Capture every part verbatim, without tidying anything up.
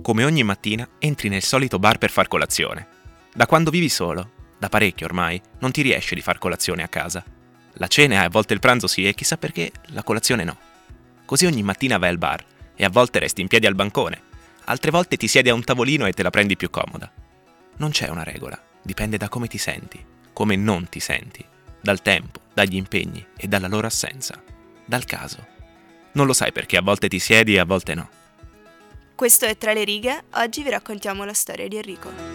Come ogni mattina entri nel solito bar per far colazione. Da quando vivi solo, da parecchio ormai, non ti riesce di far colazione a casa. La cena e a volte il pranzo sì, e chissà perché la colazione no. Così ogni mattina vai al bar e a volte resti in piedi al bancone. Altre volte ti siedi a un tavolino e te la prendi più comoda. Non c'è una regola, dipende da come ti senti, come non ti senti, dal tempo, dagli impegni e dalla loro assenza, dal caso. Non lo sai perché a volte ti siedi e a volte no. Questo è Tra le righe, oggi vi raccontiamo la storia di Enrico.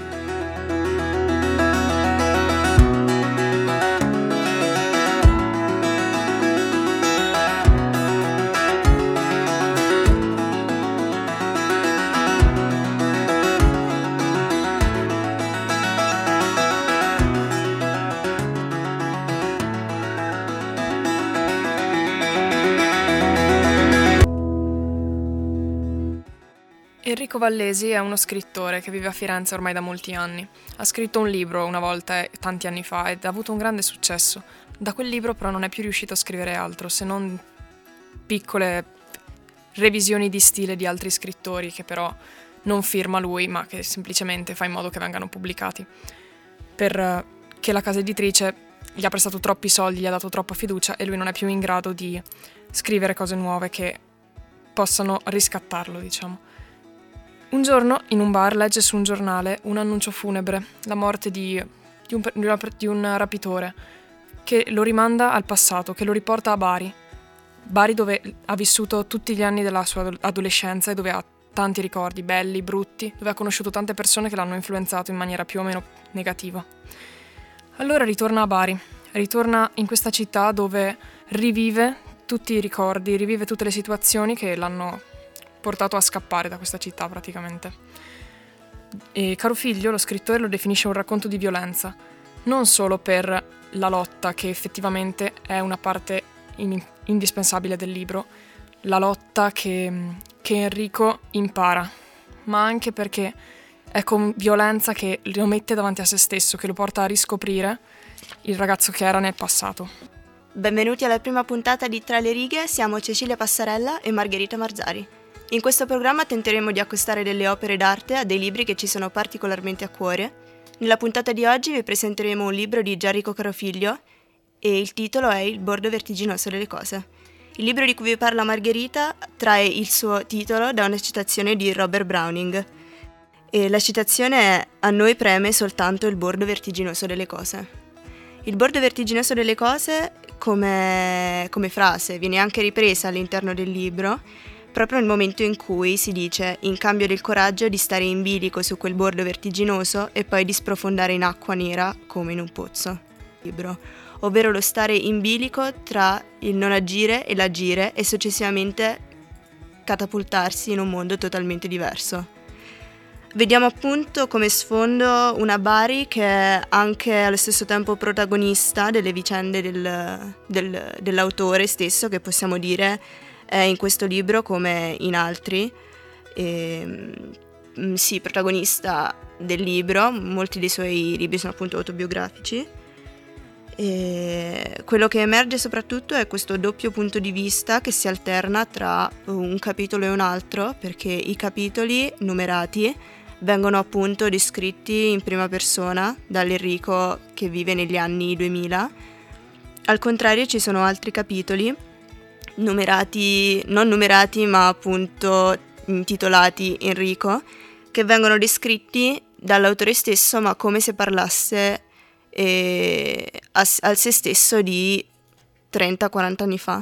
Enrico Vallesi è uno scrittore che vive a Firenze ormai da molti anni. Ha scritto un libro una volta, tanti anni fa, ed ha avuto un grande successo. Da quel libro però non è più riuscito a scrivere altro, se non piccole revisioni di stile di altri scrittori che però non firma lui, ma che semplicemente fa in modo che vengano pubblicati. Perché la casa editrice gli ha prestato troppi soldi, gli ha dato troppa fiducia e lui non è più in grado di scrivere cose nuove che possano riscattarlo, diciamo. Un giorno, in un bar, legge su un giornale un annuncio funebre, la morte di, di, un, di un rapitore, che lo rimanda al passato, che lo riporta a Bari. Bari dove ha vissuto tutti gli anni della sua adolescenza e dove ha tanti ricordi, belli, brutti, dove ha conosciuto tante persone che l'hanno influenzato in maniera più o meno negativa. Allora ritorna a Bari, ritorna in questa città dove rivive tutti i ricordi, rivive tutte le situazioni che l'hanno portato a scappare da questa città praticamente. E Carofiglio, lo scrittore, lo definisce un racconto di violenza, non solo per la lotta, che effettivamente è una parte in- indispensabile del libro, la lotta che, che Enrico impara, ma anche perché è con violenza che lo mette davanti a se stesso, che lo porta a riscoprire il ragazzo che era nel passato. Benvenuti alla prima puntata di Tra le righe, siamo Cecilia Passarella e Margherita Marzari. In questo programma tenteremo di accostare delle opere d'arte a dei libri che ci sono particolarmente a cuore. Nella puntata di oggi vi presenteremo un libro di Gianrico Carofiglio e il titolo è Il bordo vertiginoso delle cose. Il libro di cui vi parla Margherita trae il suo titolo da una citazione di Robert Browning. E la citazione è: "A noi preme soltanto il bordo vertiginoso delle cose". Il bordo vertiginoso delle cose, come, come frase, viene anche ripresa all'interno del libro, proprio nel momento in cui si dice in cambio del coraggio di stare in bilico su quel bordo vertiginoso e poi di sprofondare in acqua nera come in un pozzo. Libro, ovvero lo stare in bilico tra il non agire e l'agire e successivamente catapultarsi in un mondo totalmente diverso. Vediamo appunto come sfondo una Bari che è anche allo stesso tempo protagonista delle vicende del, del, dell'autore stesso, che possiamo dire è in questo libro come in altri, e, sì, protagonista del libro. Molti dei suoi libri sono appunto autobiografici e quello che emerge soprattutto è questo doppio punto di vista che si alterna tra un capitolo e un altro, perché i capitoli numerati vengono appunto descritti in prima persona dall'Enrico che vive negli anni duemila. Al contrario ci sono altri capitoli numerati, non numerati ma appunto intitolati Enrico, che vengono descritti dall'autore stesso ma come se parlasse eh, a, a se stesso di trenta quaranta anni fa.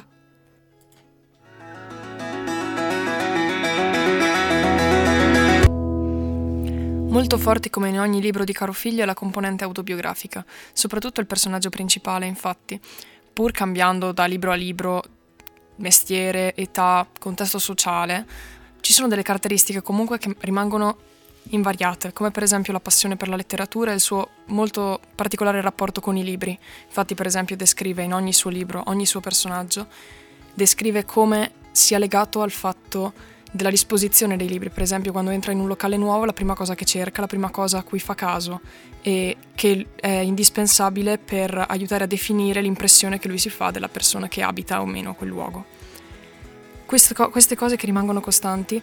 Molto forte come in ogni libro di Carofiglio è la componente autobiografica, soprattutto il personaggio principale, infatti, pur cambiando da libro a libro mestiere, età, contesto sociale, ci sono delle caratteristiche comunque che rimangono invariate, come per esempio la passione per la letteratura e il suo molto particolare rapporto con i libri. Infatti, per esempio, descrive in ogni suo libro, ogni suo personaggio, descrive come sia legato al fatto della disposizione dei libri. Per esempio, quando entra in un locale nuovo, la prima cosa che cerca, la prima cosa a cui fa caso e che è indispensabile per aiutare a definire l'impressione che lui si fa della persona che abita o meno quel luogo. Queste, co- queste cose che rimangono costanti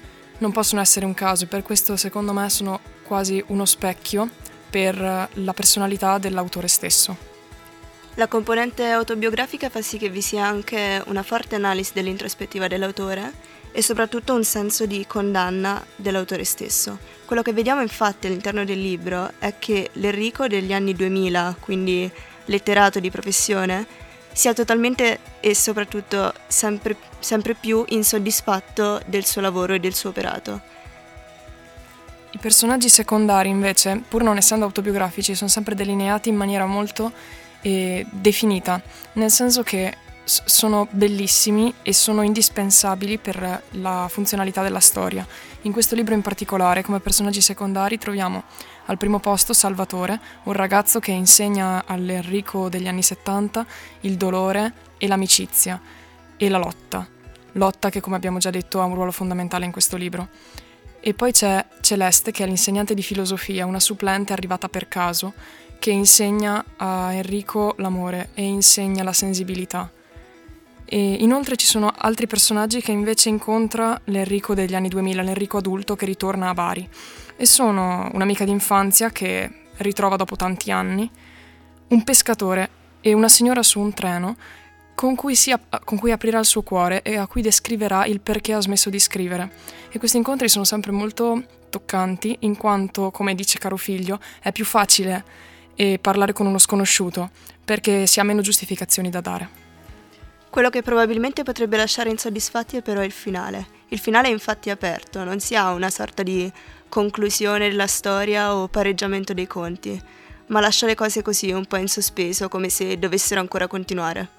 non possono essere un caso e per questo secondo me sono quasi uno specchio per la personalità dell'autore stesso. La componente autobiografica fa sì che vi sia anche una forte analisi dell'introspettiva dell'autore e soprattutto un senso di condanna dell'autore stesso. Quello che vediamo infatti all'interno del libro è che l'Enrico degli anni duemila, quindi letterato di professione, sia totalmente e soprattutto sempre, sempre più insoddisfatto del suo lavoro e del suo operato. I personaggi secondari invece, pur non essendo autobiografici, sono sempre delineati in maniera molto eh, definita, nel senso che sono bellissimi e sono indispensabili per la funzionalità della storia. In questo libro in particolare, come personaggi secondari, troviamo al primo posto Salvatore, un ragazzo che insegna all'Enrico degli anni settanta il dolore e l'amicizia e la lotta. Lotta che, come abbiamo già detto, ha un ruolo fondamentale in questo libro. E poi c'è Celeste, che è l'insegnante di filosofia, una supplente arrivata per caso, che insegna a Enrico l'amore e insegna la sensibilità. E inoltre ci sono altri personaggi che invece incontra l'Enrico degli anni duemila, l'Enrico adulto che ritorna a Bari. E sono un'amica d'infanzia che ritrova dopo tanti anni, un pescatore e una signora su un treno con cui, si, con cui aprirà il suo cuore e a cui descriverà il perché ha smesso di scrivere. E questi incontri sono sempre molto toccanti, in quanto, come dice caro figlio, è più facile eh, parlare con uno sconosciuto, perché si ha meno giustificazioni da dare. Quello che probabilmente potrebbe lasciare insoddisfatti è però il finale. Il finale è infatti aperto, non si ha una sorta di conclusione della storia o pareggiamento dei conti, ma lascia le cose così un po' in sospeso, come se dovessero ancora continuare.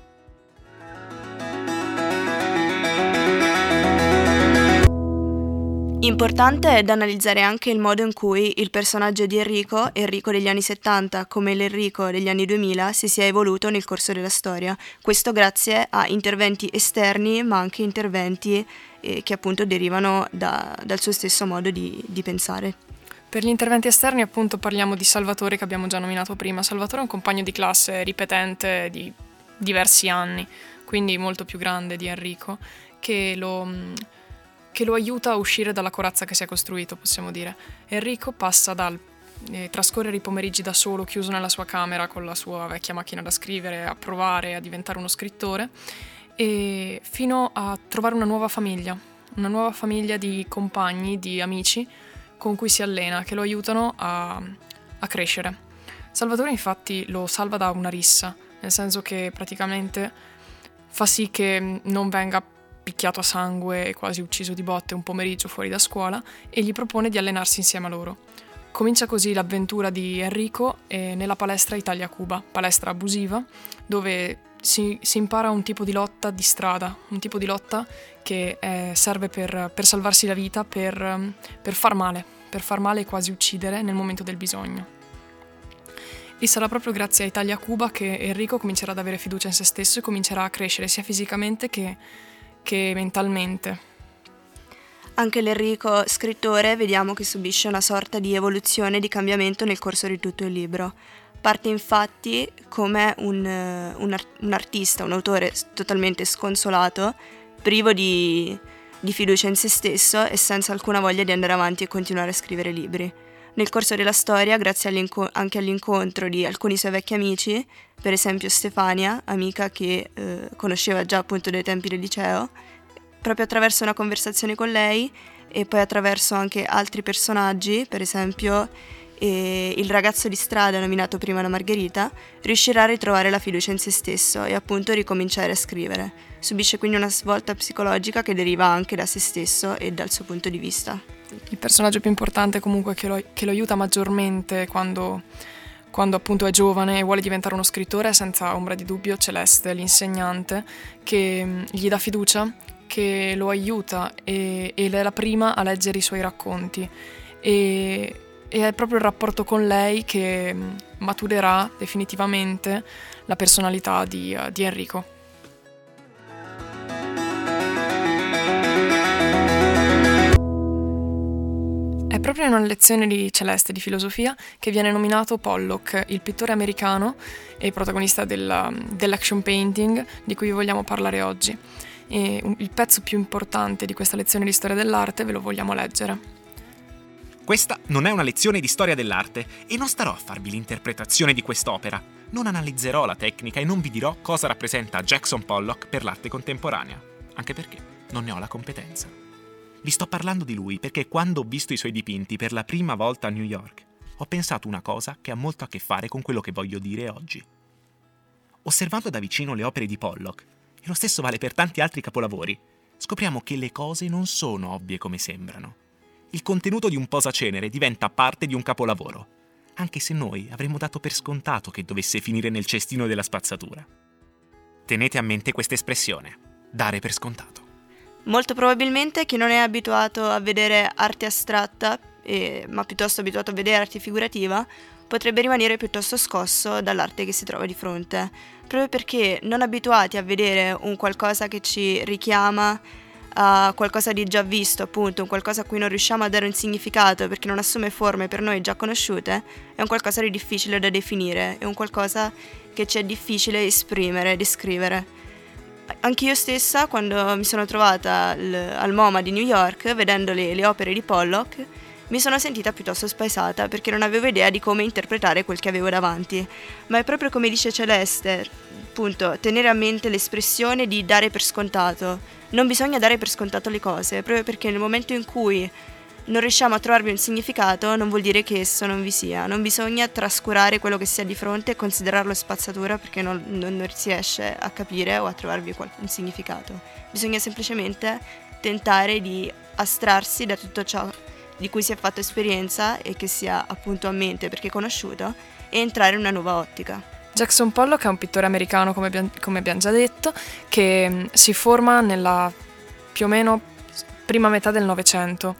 Importante è da analizzare anche il modo in cui il personaggio di Enrico, Enrico degli anni settanta, come l'Enrico degli anni duemila, si sia evoluto nel corso della storia. Questo grazie a interventi esterni, ma anche interventi eh, che appunto derivano da, dal suo stesso modo di, di pensare. Per gli interventi esterni appunto parliamo di Salvatore, che abbiamo già nominato prima. Salvatore è un compagno di classe ripetente di diversi anni, quindi molto più grande di Enrico, che lo... che lo aiuta a uscire dalla corazza che si è costruito, possiamo dire. Enrico passa dal eh, trascorrere i pomeriggi da solo, chiuso nella sua camera con la sua vecchia macchina da scrivere, a provare a diventare uno scrittore, e fino a trovare una nuova famiglia, una nuova famiglia di compagni, di amici con cui si allena, che lo aiutano a, a crescere. Salvatore infatti lo salva da una rissa, nel senso che praticamente fa sì che non venga picchiato a sangue e quasi ucciso di botte un pomeriggio fuori da scuola, e gli propone di allenarsi insieme a loro. Comincia così l'avventura di Enrico eh, nella palestra Italia-Cuba, palestra abusiva, dove si, si impara un tipo di lotta di strada, un tipo di lotta che eh, serve per, per salvarsi la vita, per, per far male, per far male e quasi uccidere nel momento del bisogno. E sarà proprio grazie a Italia-Cuba che Enrico comincerà ad avere fiducia in se stesso e comincerà a crescere sia fisicamente che che mentalmente. Anche l'Enrico scrittore vediamo che subisce una sorta di evoluzione e di cambiamento nel corso di tutto il libro. Parte infatti come un, un, un artista, un autore totalmente sconsolato, privo di, di fiducia in se stesso e senza alcuna voglia di andare avanti e continuare a scrivere libri. Nel corso della storia, grazie all'inco- anche all'incontro di alcuni suoi vecchi amici, per esempio Stefania, amica che eh, conosceva già appunto dai tempi del liceo, proprio attraverso una conversazione con lei e poi attraverso anche altri personaggi, per esempio eh, il ragazzo di strada nominato prima da Margherita, riuscirà a ritrovare la fiducia in se stesso e appunto ricominciare a scrivere. Subisce quindi una svolta psicologica che deriva anche da se stesso e dal suo punto di vista. Il personaggio più importante comunque che lo, che lo aiuta maggiormente quando, quando appunto è giovane e vuole diventare uno scrittore è senza ombra di dubbio Celeste, l'insegnante, che gli dà fiducia, che lo aiuta e, e è la prima a leggere i suoi racconti e, e è proprio il rapporto con lei che maturerà definitivamente la personalità di, di Enrico. È proprio in una lezione di Celeste di filosofia che viene nominato Pollock, il pittore americano e protagonista della, dell'action painting di cui vogliamo parlare oggi. e un- il pezzo più importante di questa lezione di storia dell'arte ve lo vogliamo leggere. Questa non è una lezione di storia dell'arte e non starò a farvi l'interpretazione di quest'opera. Non analizzerò la tecnica e non vi dirò cosa rappresenta Jackson Pollock per l'arte contemporanea, anche perché non ne ho la competenza. Vi sto parlando di lui perché quando ho visto i suoi dipinti per la prima volta a New York, ho pensato una cosa che ha molto a che fare con quello che voglio dire oggi. Osservando da vicino le opere di Pollock, e lo stesso vale per tanti altri capolavori, scopriamo che le cose non sono ovvie come sembrano. Il contenuto di un posacenere diventa parte di un capolavoro, anche se noi avremmo dato per scontato che dovesse finire nel cestino della spazzatura. Tenete a mente questa espressione, dare per scontato. Molto probabilmente chi non è abituato a vedere arte astratta, eh, ma piuttosto abituato a vedere arte figurativa, potrebbe rimanere piuttosto scosso dall'arte che si trova di fronte, proprio perché non abituati a vedere un qualcosa che ci richiama a qualcosa di già visto, appunto, un qualcosa a cui non riusciamo a dare un significato perché non assume forme per noi già conosciute, è un qualcosa di difficile da definire, è un qualcosa che ci è difficile esprimere, descrivere. Anch'io stessa, quando mi sono trovata l- al MoMA di New York, vedendo le, le opere di Pollock, mi sono sentita piuttosto spaesata perché non avevo idea di come interpretare quel che avevo davanti. Ma è proprio come dice Celeste, appunto, tenere a mente l'espressione di dare per scontato. Non bisogna dare per scontato le cose, proprio perché nel momento in cui non riusciamo a trovarvi un significato non vuol dire che esso non vi sia. Non bisogna trascurare quello che si ha di fronte e considerarlo spazzatura perché non, non, non si riesce a capire o a trovarvi qual- un significato. Bisogna semplicemente tentare di astrarsi da tutto ciò di cui si è fatto esperienza e che sia appunto a mente perché conosciuto e entrare in una nuova ottica. Jackson Pollock è un pittore americano, come abbiamo, come abbiamo già detto, che mh, si forma nella più o meno prima metà del Novecento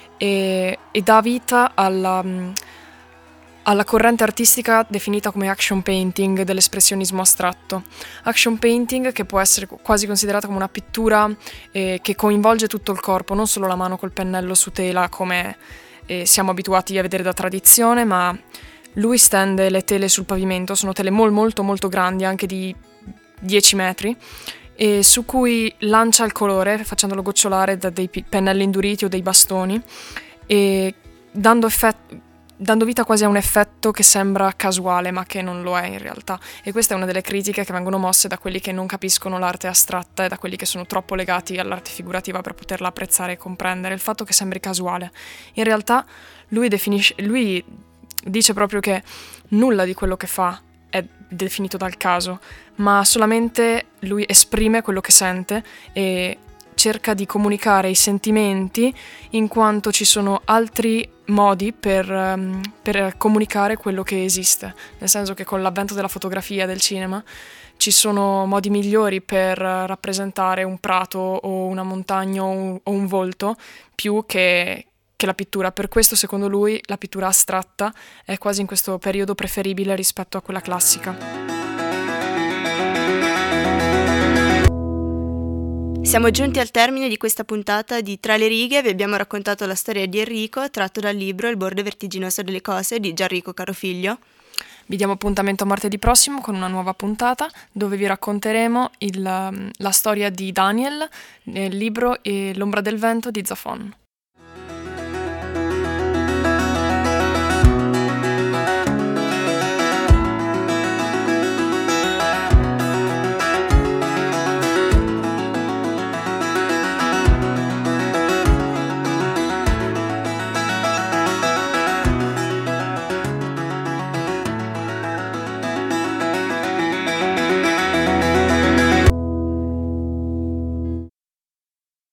e, e dà vita alla, mh, alla corrente artistica definita come action painting dell'espressionismo astratto. Action painting che può essere quasi considerata come una pittura eh, che coinvolge tutto il corpo, non solo la mano col pennello su tela come eh, siamo abituati a vedere da tradizione, ma lui stende le tele sul pavimento, sono tele molto molto molto grandi, anche di dieci metri, e su cui lancia il colore facendolo gocciolare da dei pennelli induriti o dei bastoni e dando, effett- dando vita quasi a un effetto che sembra casuale ma che non lo è in realtà. E questa è una delle critiche che vengono mosse da quelli che non capiscono l'arte astratta e da quelli che sono troppo legati all'arte figurativa per poterla apprezzare e comprendere, il fatto che sembri casuale. In realtà lui definisce... lui dice proprio che nulla di quello che fa è definito dal caso, ma solamente lui esprime quello che sente e cerca di comunicare i sentimenti in quanto ci sono altri modi per, um, per comunicare quello che esiste, nel senso che con l'avvento della fotografia e del cinema ci sono modi migliori per rappresentare un prato o una montagna o un, o un volto più che che la pittura. Per questo, secondo lui, la pittura astratta è quasi in questo periodo preferibile rispetto a quella classica. Siamo giunti al termine di questa puntata di Tra le righe. Vi abbiamo raccontato la storia di Enrico, tratto dal libro Il bordo vertiginoso delle cose di Gianrico Carofiglio. Vi diamo appuntamento a martedì prossimo con una nuova puntata dove vi racconteremo il, la storia di Daniel nel libro e L'ombra del vento di Zafon.